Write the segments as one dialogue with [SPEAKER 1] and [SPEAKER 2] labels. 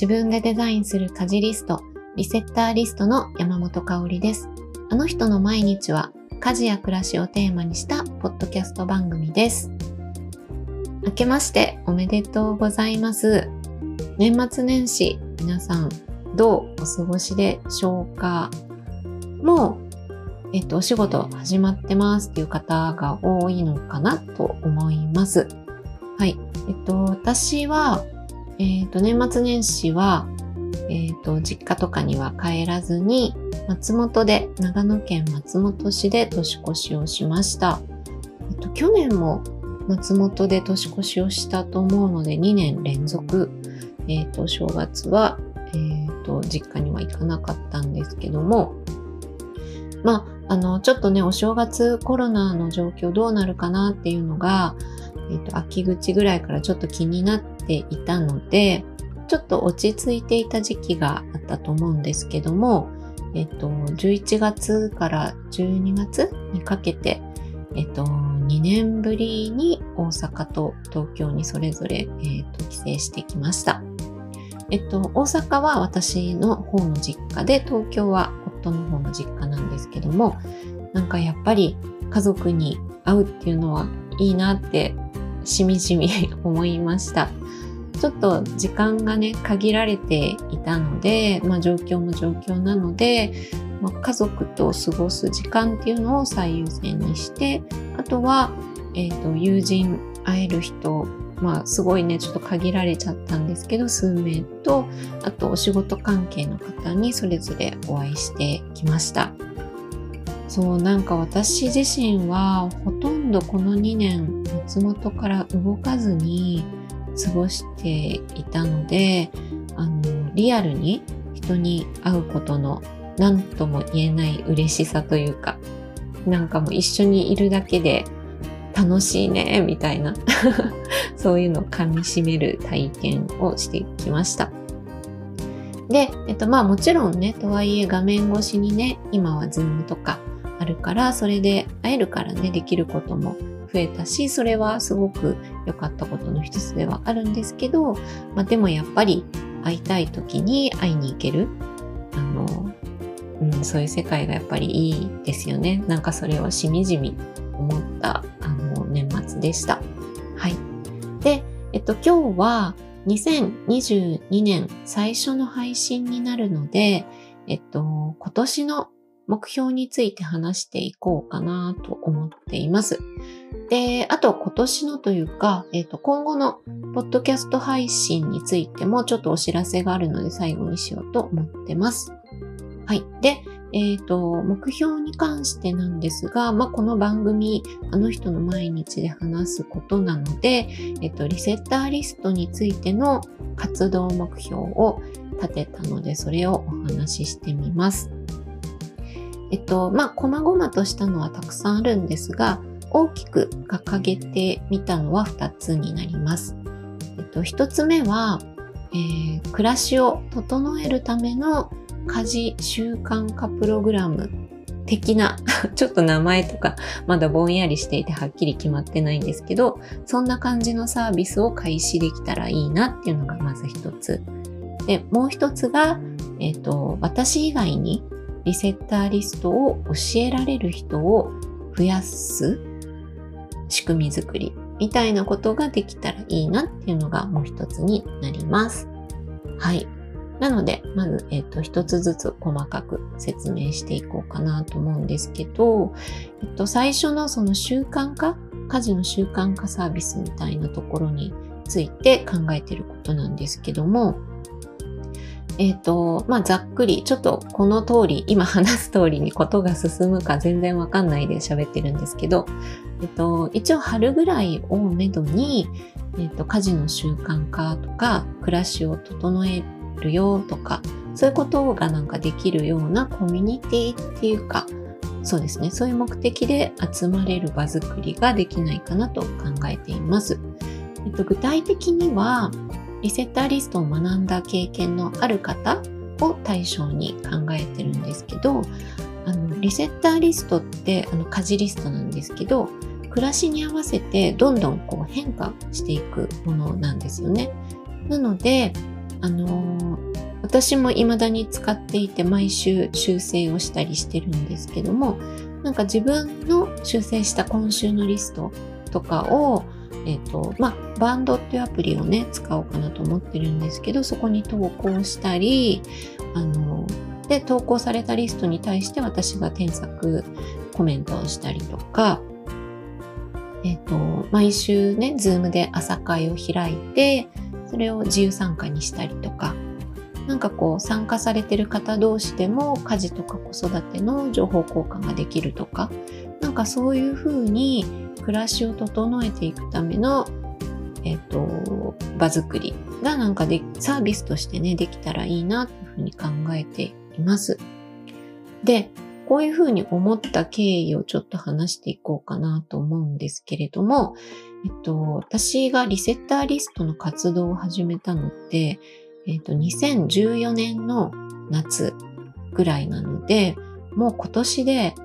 [SPEAKER 1] 自分でデザインする家事リスト、リセッターリストの山本香里です。あの人の毎日は家事や暮らしをテーマにしたポッドキャスト番組です。明けましておめでとうございます。年末年始、皆さんどうお過ごしでしょうか？もう、お仕事始まってますっていう方が多いのかなと思います。はい。私は、年末年始は、実家とかには帰らずに、長野県松本市で年越しをしました。去年も松本で年越しをしたと思うので、2年連続、正月は、実家には行かなかったんですけども、ちょっとね、お正月コロナの状況どうなるかなっていうのが、秋口ぐらいからちょっと気になっていたので、ちょっと落ち着いていた時期があったと思うんですけども、11月から12月にかけて、2年ぶりに大阪と東京にそれぞれ、帰省してきました。大阪は私の方の実家で、東京は夫の方の実家なんですけども、なんかやっぱり家族に会うっていうのはいいなってしみじみ思いました。ちょっと時間がね、限られていたので、状況も状況なので、家族と過ごす時間っていうのを最優先にして、あとは、友人、会える人、すごいね、ちょっと限られちゃったんですけど、数名と、あとお仕事関係の方にそれぞれお会いしてきました。そう、なんか私自身はほとんどこの2年、松本から動かずに過ごしていたので、リアルに人に会うことの何とも言えない嬉しさというか、なんかもう一緒にいるだけで楽しいね、みたいなそういうのを噛み締める体験をしてきました。で、もちろんね、とはいえ画面越しにね、今はズームとかあるから、それで会えるからね、できることも増えたし、それはすごく良かったことの一つではあるんですけど、でもやっぱり会いたい時に会いに行ける、そういう世界がやっぱりいいですよね。なんかそれをしみじみ思った年末でした。はい。で、今日は2022年最初の配信になるので、今年の目標について話していこうかなと思っています。で、あと今年のというか、今後のポッドキャスト配信についてもちょっとお知らせがあるので最後にしようと思ってます。はい。で、目標に関してなんですが、この番組、あの人の毎日で話すことなので、リセッターリストについての活動目標を立てたので、それをお話ししてみます。細々としたのはたくさんあるんですが、大きく掲げてみたのは2つになります。1つ目は、暮らしを整えるための家事習慣化プログラム的なちょっと名前とかまだぼんやりしていてはっきり決まってないんですけど、そんな感じのサービスを開始できたらいいなっていうのがまず一つ。で、もう一つが、私以外にリセッターリストを教えられる人を増やす仕組み作りみたいなことができたらいいなっていうのがもう一つになります。はい。なので、まず、一つずつ細かく説明していこうかなと思うんですけど、最初のその習慣化、家事の習慣化サービスみたいなところについて考えていることなんですけども、ざっくり、ちょっとこの通り、今話す通りにことが進むか全然わかんないで喋ってるんですけど、一応春ぐらいをめどに、家事の習慣化とか、暮らしを整えるよとか、そういうことがなんかできるようなコミュニティっていうか、そうですね、そういう目的で集まれる場作りができないかなと考えています。具体的には、リセッターリストを学んだ経験のある方を対象に考えてるんですけど、リセッターリストって家事リストなんですけど、暮らしに合わせてどんどん変化していくものなんですよね。なので、 私も未だに使っていて毎週修正をしたりしてるんですけども、なんか自分の修正した今週のリストとかを、バンドっていうアプリをね、使おうかなと思ってるんですけど、そこに投稿したり、で、投稿されたリストに対して私が添削コメントをしたりとか、毎週ね、ズームで朝会を開いて、それを自由参加にしたりとか、なんかこう参加されてる方同士でも家事とか子育ての情報交換ができるとか、なんかそういう風に暮らしを整えていくための、場作りがなんかサービスとしてね、できたらいいなというふうに考えています。で、こういうふうに思った経緯をちょっと話していこうかなと思うんですけれども、私がリセッターリストの活動を始めたのって、2014年の夏ぐらいなので、もう今年で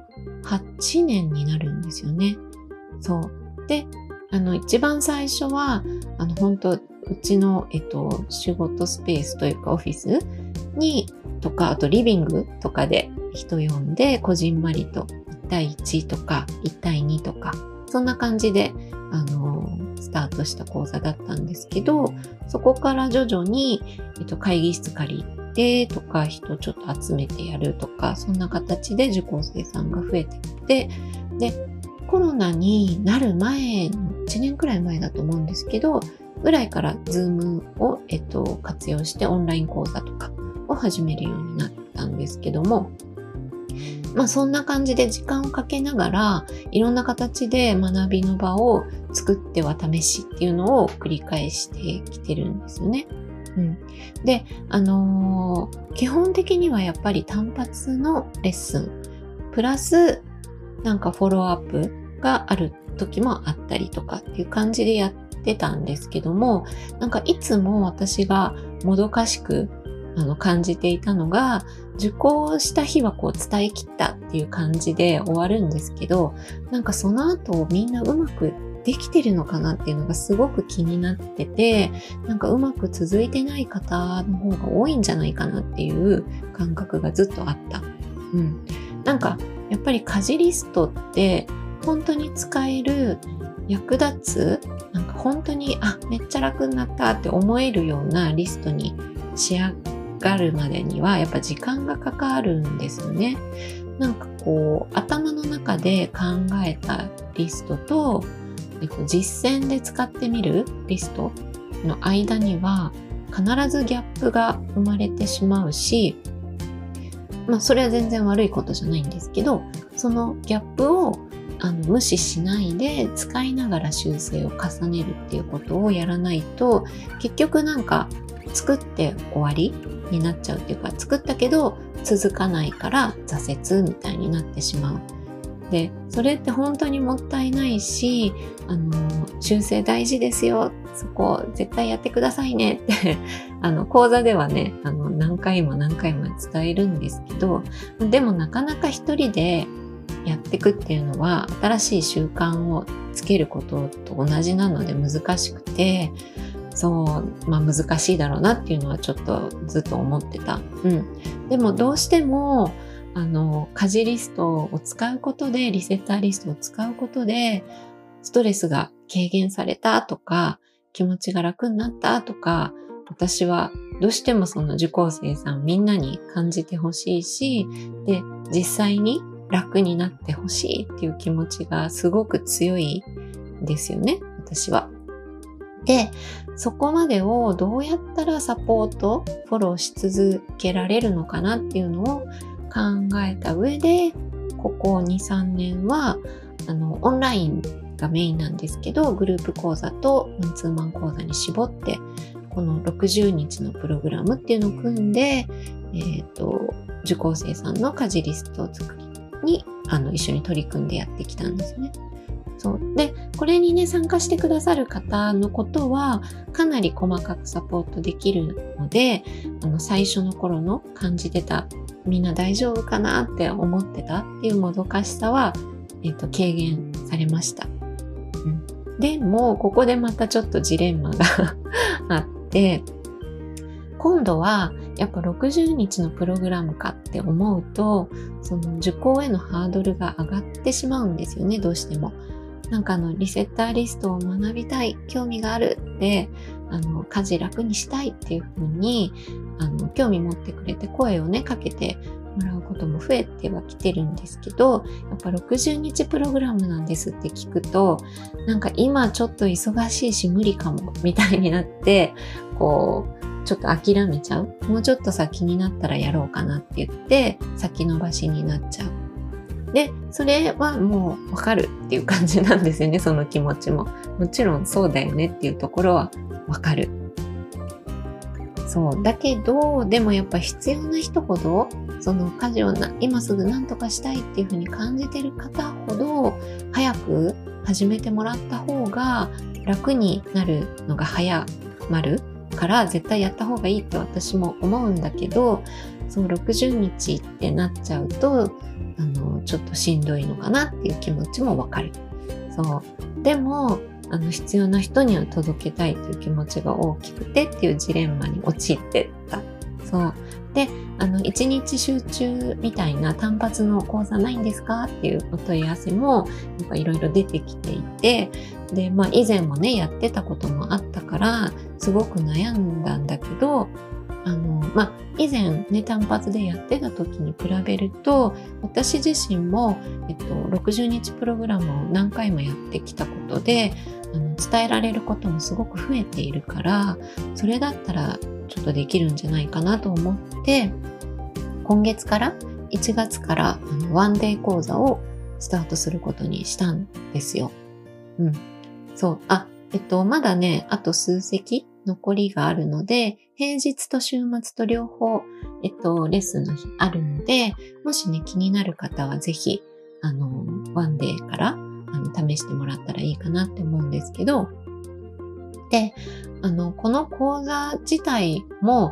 [SPEAKER 1] 8年になるんですよね。そう。で、一番最初は、本当うちの、仕事スペースというかオフィスに、とか、あとリビングとかで人呼んで、こじんまりと1対1とか1対2とか、そんな感じで、スタートした講座だったんですけど、そこから徐々に、会議室借りてとか、人ちょっと集めてやるとか、そんな形で受講生さんが増えていって、で、コロナになる前、1年くらい前だと思うんですけど、ぐらいから Zoom を、活用してオンライン講座とかを始めるようになったんですけども、まあそんな感じで時間をかけながらいろんな形で学びの場を作っては試しっていうのを繰り返してきてるんですよね。で、基本的にはやっぱり単発のレッスンプラスなんかフォローアップがある時もあったりとかっていう感じでやってたんですけども、なんかいつも私がもどかしく感じていたのが、受講した日はこう伝え切ったっていう感じで終わるんですけど、なんかその後みんなうまくできてるのかなっていうのがすごく気になってて、なんかうまく続いてない方の方が多いんじゃないかなっていう感覚がずっとあった。なんかやっぱり家事リストって本当に使える、役立つ、なんか本当にめっちゃ楽になったって思えるようなリストに仕上がるまでにはやっぱ時間がかかるんですよね。なんかこう頭の中で考えたリストと、実践で使ってみるリストの間には必ずギャップが生まれてしまうし、それは全然悪いことじゃないんですけど、そのギャップを無視しないで使いながら修正を重ねるっていうことをやらないと、結局なんか作って終わりになっちゃうっていうか、作ったけど続かないから挫折みたいになってしまう。で、それって本当にもったいないし、修正大事ですよ、そこ絶対やってくださいねって講座ではね、何回も何回も伝えるんですけど、でもなかなか一人でやっていくっていうのは新しい習慣をつけることと同じなので難しくて、難しいだろうなっていうのはちょっとずっと思ってた。でもどうしても家事リストを使うことで、リセッターリストを使うことでストレスが軽減されたとか、気持ちが楽になったとか、私はどうしてもその受講生さんみんなに感じてほしいし、で、実際に楽になってほしいっていう気持ちがすごく強いんですよね、私は。で、そこまでをどうやったらサポート、フォローし続けられるのかなっていうのを考えた上で、ここ2、3年はオンラインがメインなんですけど、グループ講座とマンツーマン講座に絞って、この60日のプログラムっていうのを組んで、受講生さんの家事リストを作りに一緒に取り組んでやってきたんですよね。で、これにね、参加してくださる方のことはかなり細かくサポートできるので、最初の頃の感じてた、みんな大丈夫かなって思ってたっていうもどかしさは、軽減されました。でも、ここでまたちょっとジレンマがあって、 今度はやっぱ60日のプログラムかって思うと、その受講へのハードルが上がってしまうんですよね、どうしても。なんかリセッターリストを学びたい、興味があるって、家事楽にしたいっていう風に、興味持ってくれて声をね、かけてもらうことも増えてはきてるんですけど、やっぱ60日プログラムなんですって聞くと、なんか今ちょっと忙しいし無理かも、みたいになって、ちょっと諦めちゃう。もうちょっと先になったらやろうかなって言って、先延ばしになっちゃう。で、それはもうわかるっていう感じなんですよね、その気持ちも。もちろんそうだよねっていうところはわかる。そう。だけど、でもやっぱ必要な人ほど、その家事を今すぐ何とかしたいっていうふうに感じてる方ほど、早く始めてもらった方が楽になるのが早まるから絶対やった方がいいって私も思うんだけど、そう60日ってなっちゃうと、ちょっとしんどいのかなっていう気持ちもわかる。そう。でも、必要な人には届けたいという気持ちが大きくてっていうジレンマに陥ってった。そう。で、1日集中みたいな単発の講座ないんですかっていうお問い合わせも、やっぱいろいろ出てきていて、で、以前もね、やってたこともあったから、すごく悩んだんだけど、以前ね、単発でやってた時に比べると、私自身も、60日プログラムを何回もやってきたことで、伝えられることもすごく増えているから、それだったらちょっとできるんじゃないかなと思って、今月から1月からワンデー講座をスタートすることにしたんですよ。うん。そう。まだね、あと数席残りがあるので、平日と週末と両方、レッスンの日あるので、もしね、気になる方はぜひ、ワンデーから試してもらったらいいかなって思うんですけど、で、この講座自体も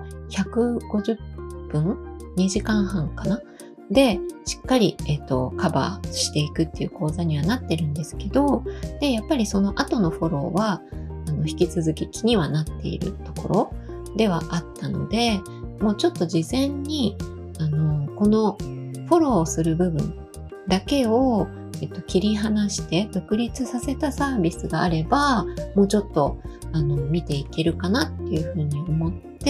[SPEAKER 1] 150分 ?2 時間半かなで、しっかり、カバーしていくっていう講座にはなってるんですけど、で、やっぱりその後のフォローは、引き続き気にはなっているところではあったので、もうちょっと事前に、このフォローをする部分だけを、切り離して独立させたサービスがあれば、もうちょっと、見ていけるかなっていうふうに思って、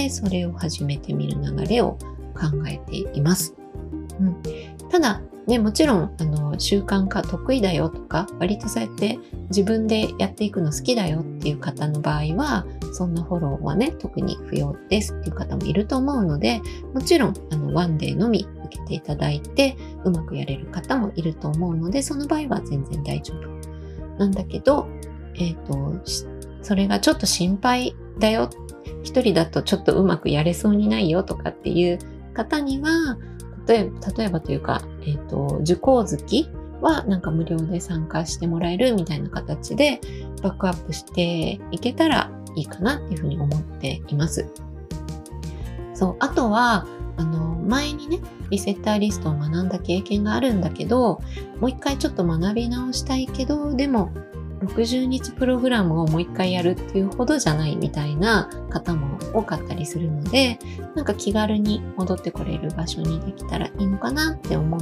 [SPEAKER 1] それを始めてみる流れを考えています。うん、ただ、ね、もちろん、習慣化得意だよとか、割とそうやって自分でやっていくの好きだよっていう方の場合は、そんなフォローはね、特に不要ですっていう方もいると思うので、もちろん、ワンデーのみ受けていただいて、うまくやれる方もいると思うので、その場合は全然大丈夫。なんだけど、それがちょっと心配だよ。一人だとちょっとうまくやれそうにないよとかっていう方には、例えばというか、受講月はなんか無料で参加してもらえるみたいな形でバックアップしていけたらいいかなっていうふうに思っています。そう、あとは、前にね、リセッターリストを学んだ経験があるんだけど、もう一回ちょっと学び直したいけど、でも60日プログラムをもう一回やるっていうほどじゃないみたいな方も多かったりするので、なんか気軽に戻ってこれる場所にできたらいいのかなって思って、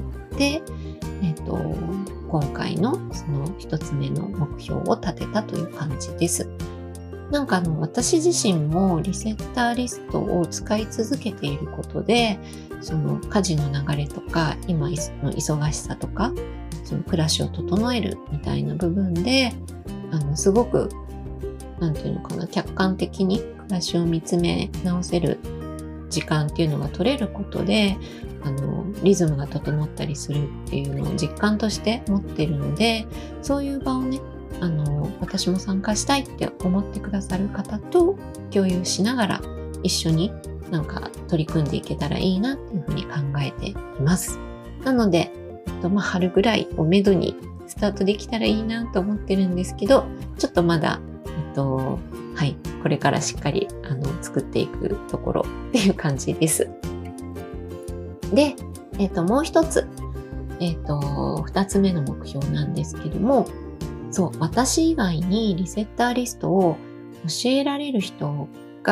[SPEAKER 1] 今回のその一つ目の目標を立てたという感じです。なんか私自身もリセッターリストを使い続けていることで、その家事の流れとか、今の忙しさとか、その暮らしを整えるみたいな部分で、すごく、なんていうのかな、客観的に暮らしを見つめ直せる時間っていうのが取れることで、リズムが整ったりするっていうのを実感として持っているので、そういう場をね、私も参加したいって思ってくださる方と共有しながら一緒になんか取り組んでいけたらいいなっていうふうに考えています。なので、春ぐらいをめどにスタートできたらいいなと思ってるんですけど、ちょっとまだ、はい、これからしっかり作っていくところっていう感じです。で、もう一つ、二つ目の目標なんですけども、そう、私以外にリセッターリストを教えられる人が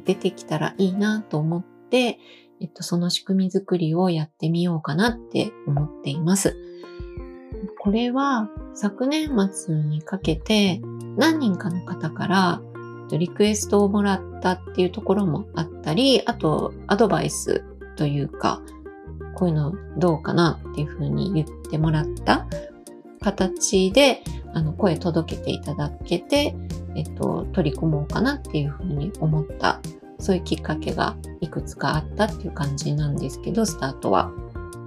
[SPEAKER 1] 出てきたらいいなと思って、その仕組み作りをやってみようかなって思っています。これは昨年末にかけて何人かの方からリクエストをもらったっていうところもあったり、あとアドバイスというか、こういうのどうかなっていうふうに言ってもらった形で声届けていただけて、取り組もうかなっていうふうに思った、そういうきっかけがいくつかあったっていう感じなんですけど、スタートは。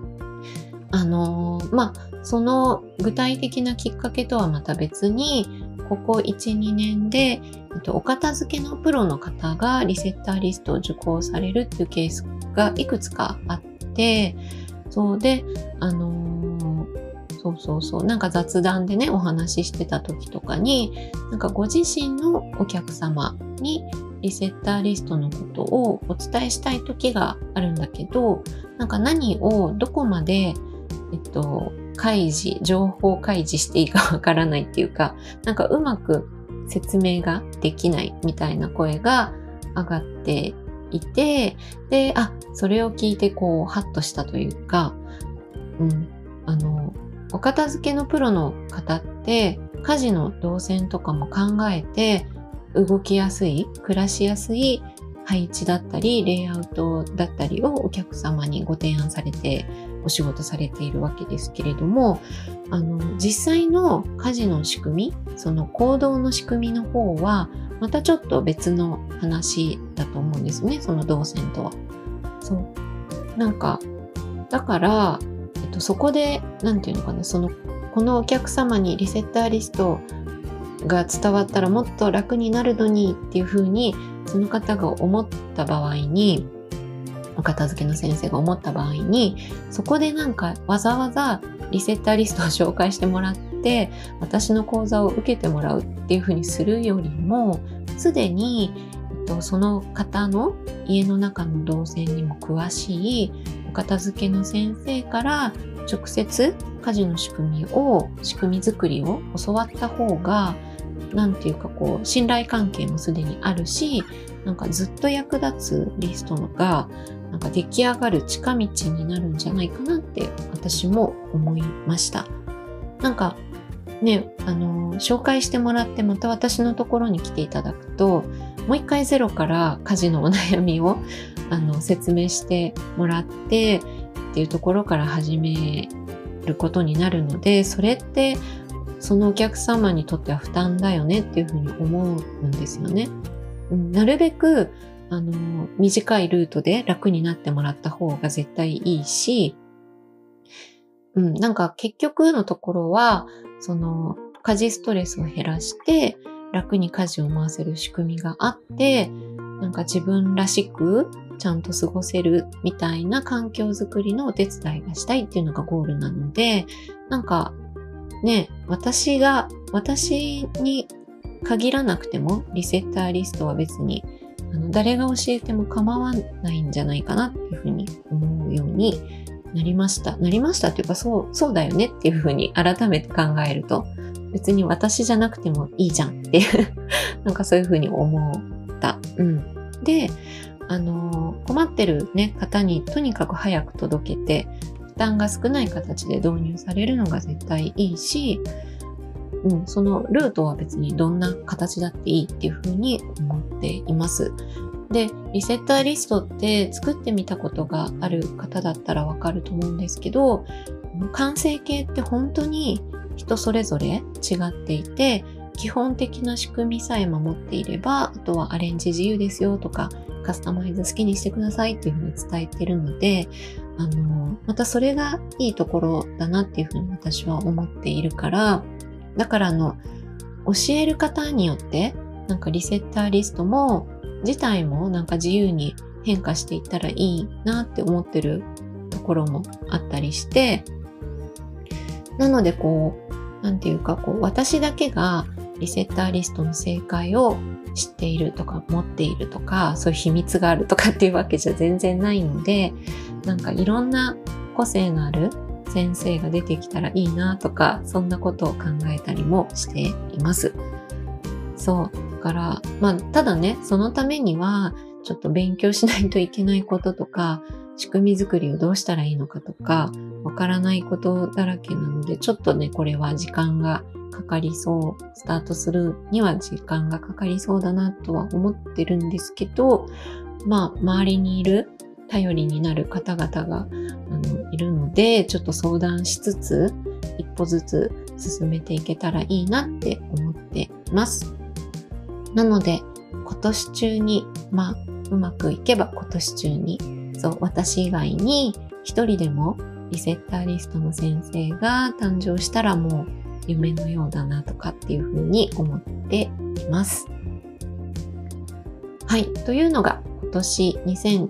[SPEAKER 1] その具体的なきっかけとはまた別に、ここ1、2年で、お片付けのプロの方がリセッターリストを受講されるっていうケースがいくつかあって、そうで、なんか雑談でね、お話ししてた時とかに、なんかご自身のお客様にリセッターリストのことをお伝えしたい時があるんだけど、なんか何をどこまで、情報開示していいかわからないっていうか、なんかうまく説明ができないみたいな声が上がっていて、で、それを聞いてハッとしたというか、お片付けのプロの方って家事の動線とかも考えて動きやすい、暮らしやすい配置だったりレイアウトだったりをお客様にご提案されてお仕事されているわけですけれども、実際の家事の仕組み、その行動の仕組みの方はまたちょっと別の話だと思うんですね、その動線とは。だからそこでこのお客様にリセッターリストが伝わったらもっと楽になるのにっていうふうにその方が思った場合に、お片付けの先生が思った場合に、そこでわざわざリセッターリストを紹介してもらって私の講座を受けてもらうっていうふうにするよりも、すでにその方の家の中の動線にも詳しいお片付けの先生から直接家事の仕組み作りを教わった方が、信頼関係もすでにあるし、ずっと役立つリストが出来上がる近道になるんじゃないかなって私も思いました。紹介してもらってまた私のところに来ていただくと、もう一回ゼロから家事のお悩みを説明してもらってっていうところから始めることになるので、それってそのお客様にとっては負担だよねっていうふうに思うんですよね。なるべく短いルートで楽になってもらった方が絶対いいし、結局のところは家事ストレスを減らして楽に家事を回せる仕組みがあって、自分らしくちゃんと過ごせるみたいな環境づくりのお手伝いがしたいっていうのがゴールなので、私に限らなくてもリセッターリストは別に誰が教えても構わないんじゃないかなっていうふうに思うようになりました。なりましたっていうか、そうだよねっていうふうに改めて考えると、別に私じゃなくてもいいじゃんっていうそういうふうに思った。で、困ってる方にとにかく早く届けて、負担が少ない形で導入されるのが絶対いいし、そのルートは別にどんな形だっていいっていうふうに思っています。で、リセッターリストって作ってみたことがある方だったらわかると思うんですけど、完成形って本当に人それぞれ違っていて、基本的な仕組みさえ守っていれば、あとはアレンジ自由ですよとか、カスタマイズ好きにしてくださいっていうふうに伝えてるので、またそれがいいところだなっていうふうに私は思っているから、だから教える方によってリセッターリスト自体も自由に変化していったらいいなって思ってるところもあったりして、なので私だけがリセッターリストの正解を知っているとか持っているとか、そういう秘密があるとかっていうわけじゃ全然ないので、いろんな個性のある先生が出てきたらいいなとか、そんなことを考えたりもしています。だからただね、そのためにはちょっと勉強しないといけないこととか、仕組み作りをどうしたらいいのかとか、わからないことだらけなので、ちょっとね、これは時間がかかりそう。スタートするには時間がかかりそうだなとは思ってるんですけど、周りにいる頼りになる方々がいるので、ちょっと相談しつつ、一歩ずつ進めていけたらいいなって思っています。なので、今年中に、うまくいけば今年中に、私以外に一人でもリセッターリストの先生が誕生したらもう夢のようだなとかっていうふうに思っています。はい。というのが今年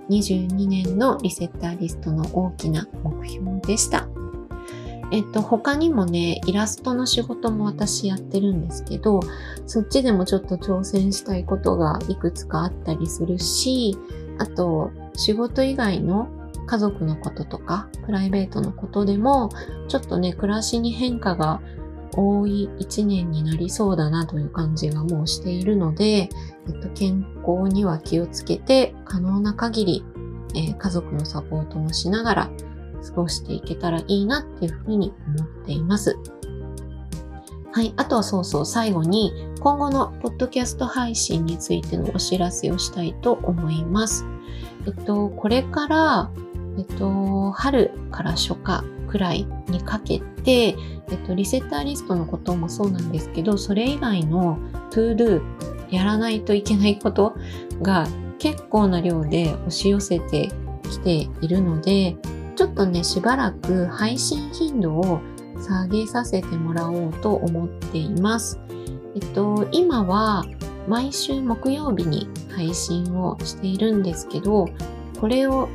[SPEAKER 1] 2022年のリセッターリストの大きな目標でした。他にもね、イラストの仕事も私やってるんですけど、そっちでもちょっと挑戦したいことがいくつかあったりするし、あと、仕事以外の家族のこととか、プライベートのことでも、ちょっとね、暮らしに変化が多い一年になりそうだなという感じがもうしているので、健康には気をつけて、可能な限り、家族のサポートもしながら過ごしていけたらいいなっていうふうに思っています。はい。あとは最後に、今後のポッドキャスト配信についてのお知らせをしたいと思います。これから、春から初夏くらいにかけて、リセッターリストのこともそうなんですけど、それ以外の to do、やらないといけないことが結構な量で押し寄せてきているので、ちょっとね、しばらく配信頻度を下げさせてもらおうと思っています。今は毎週木曜日に配信をしているんですけど、これを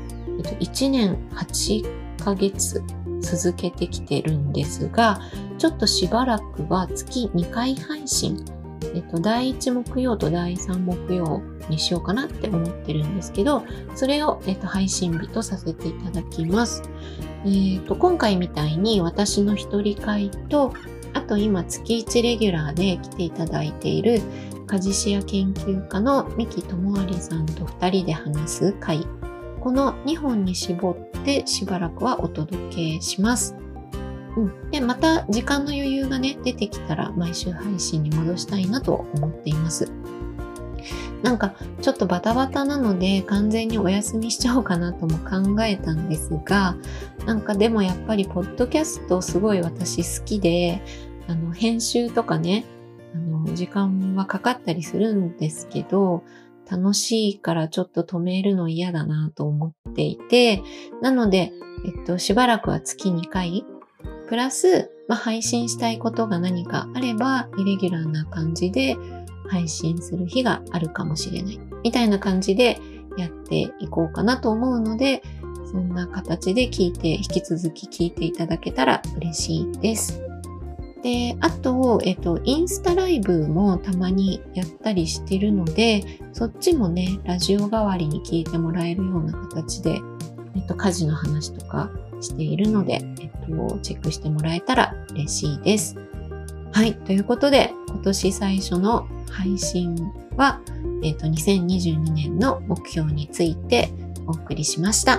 [SPEAKER 1] 1年8ヶ月続けてきてるんですが、ちょっとしばらくは月2回配信、第1木曜と第3木曜にしようかなって思ってるんですけど、それを、配信日とさせていただきます。今回みたいに私の一人会と、あと今月1レギュラーで来ていただいている家事シェア研究家の三木智有さんと2人で話す会、この2本に絞ってしばらくはお届けします。で、また時間の余裕がね、出てきたら毎週配信に戻したいなと思っています。なんかちょっとバタバタなので完全にお休みしちゃおうかなとも考えたんですが、なんかでもやっぱりポッドキャストすごい私好きで、編集とかね、時間はかかったりするんですけど、楽しいからちょっと止めるの嫌だなと思っていて、なので、しばらくは月2回、プラス、配信したいことが何かあれば、イレギュラーな感じで配信する日があるかもしれない。みたいな感じでやっていこうかなと思うので、そんな形で引き続き聞いていただけたら嬉しいです。で、あと、インスタライブもたまにやったりしてるので、そっちもね、ラジオ代わりに聞いてもらえるような形で、家事の話とかしているので、チェックしてもらえたら嬉しいです。はい。ということで、今年最初の配信は、2022年の目標についてお送りしました。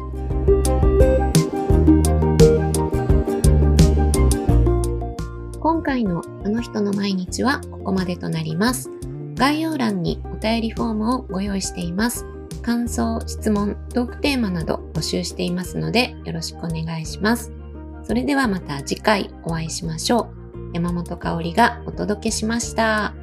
[SPEAKER 1] 今回のあの人の毎日はここまでとなります。概要欄にお便りフォームをご用意しています。感想、質問、トークテーマなど募集していますのでよろしくお願いします。それではまた次回お会いしましょう。山本香織がお届けしました。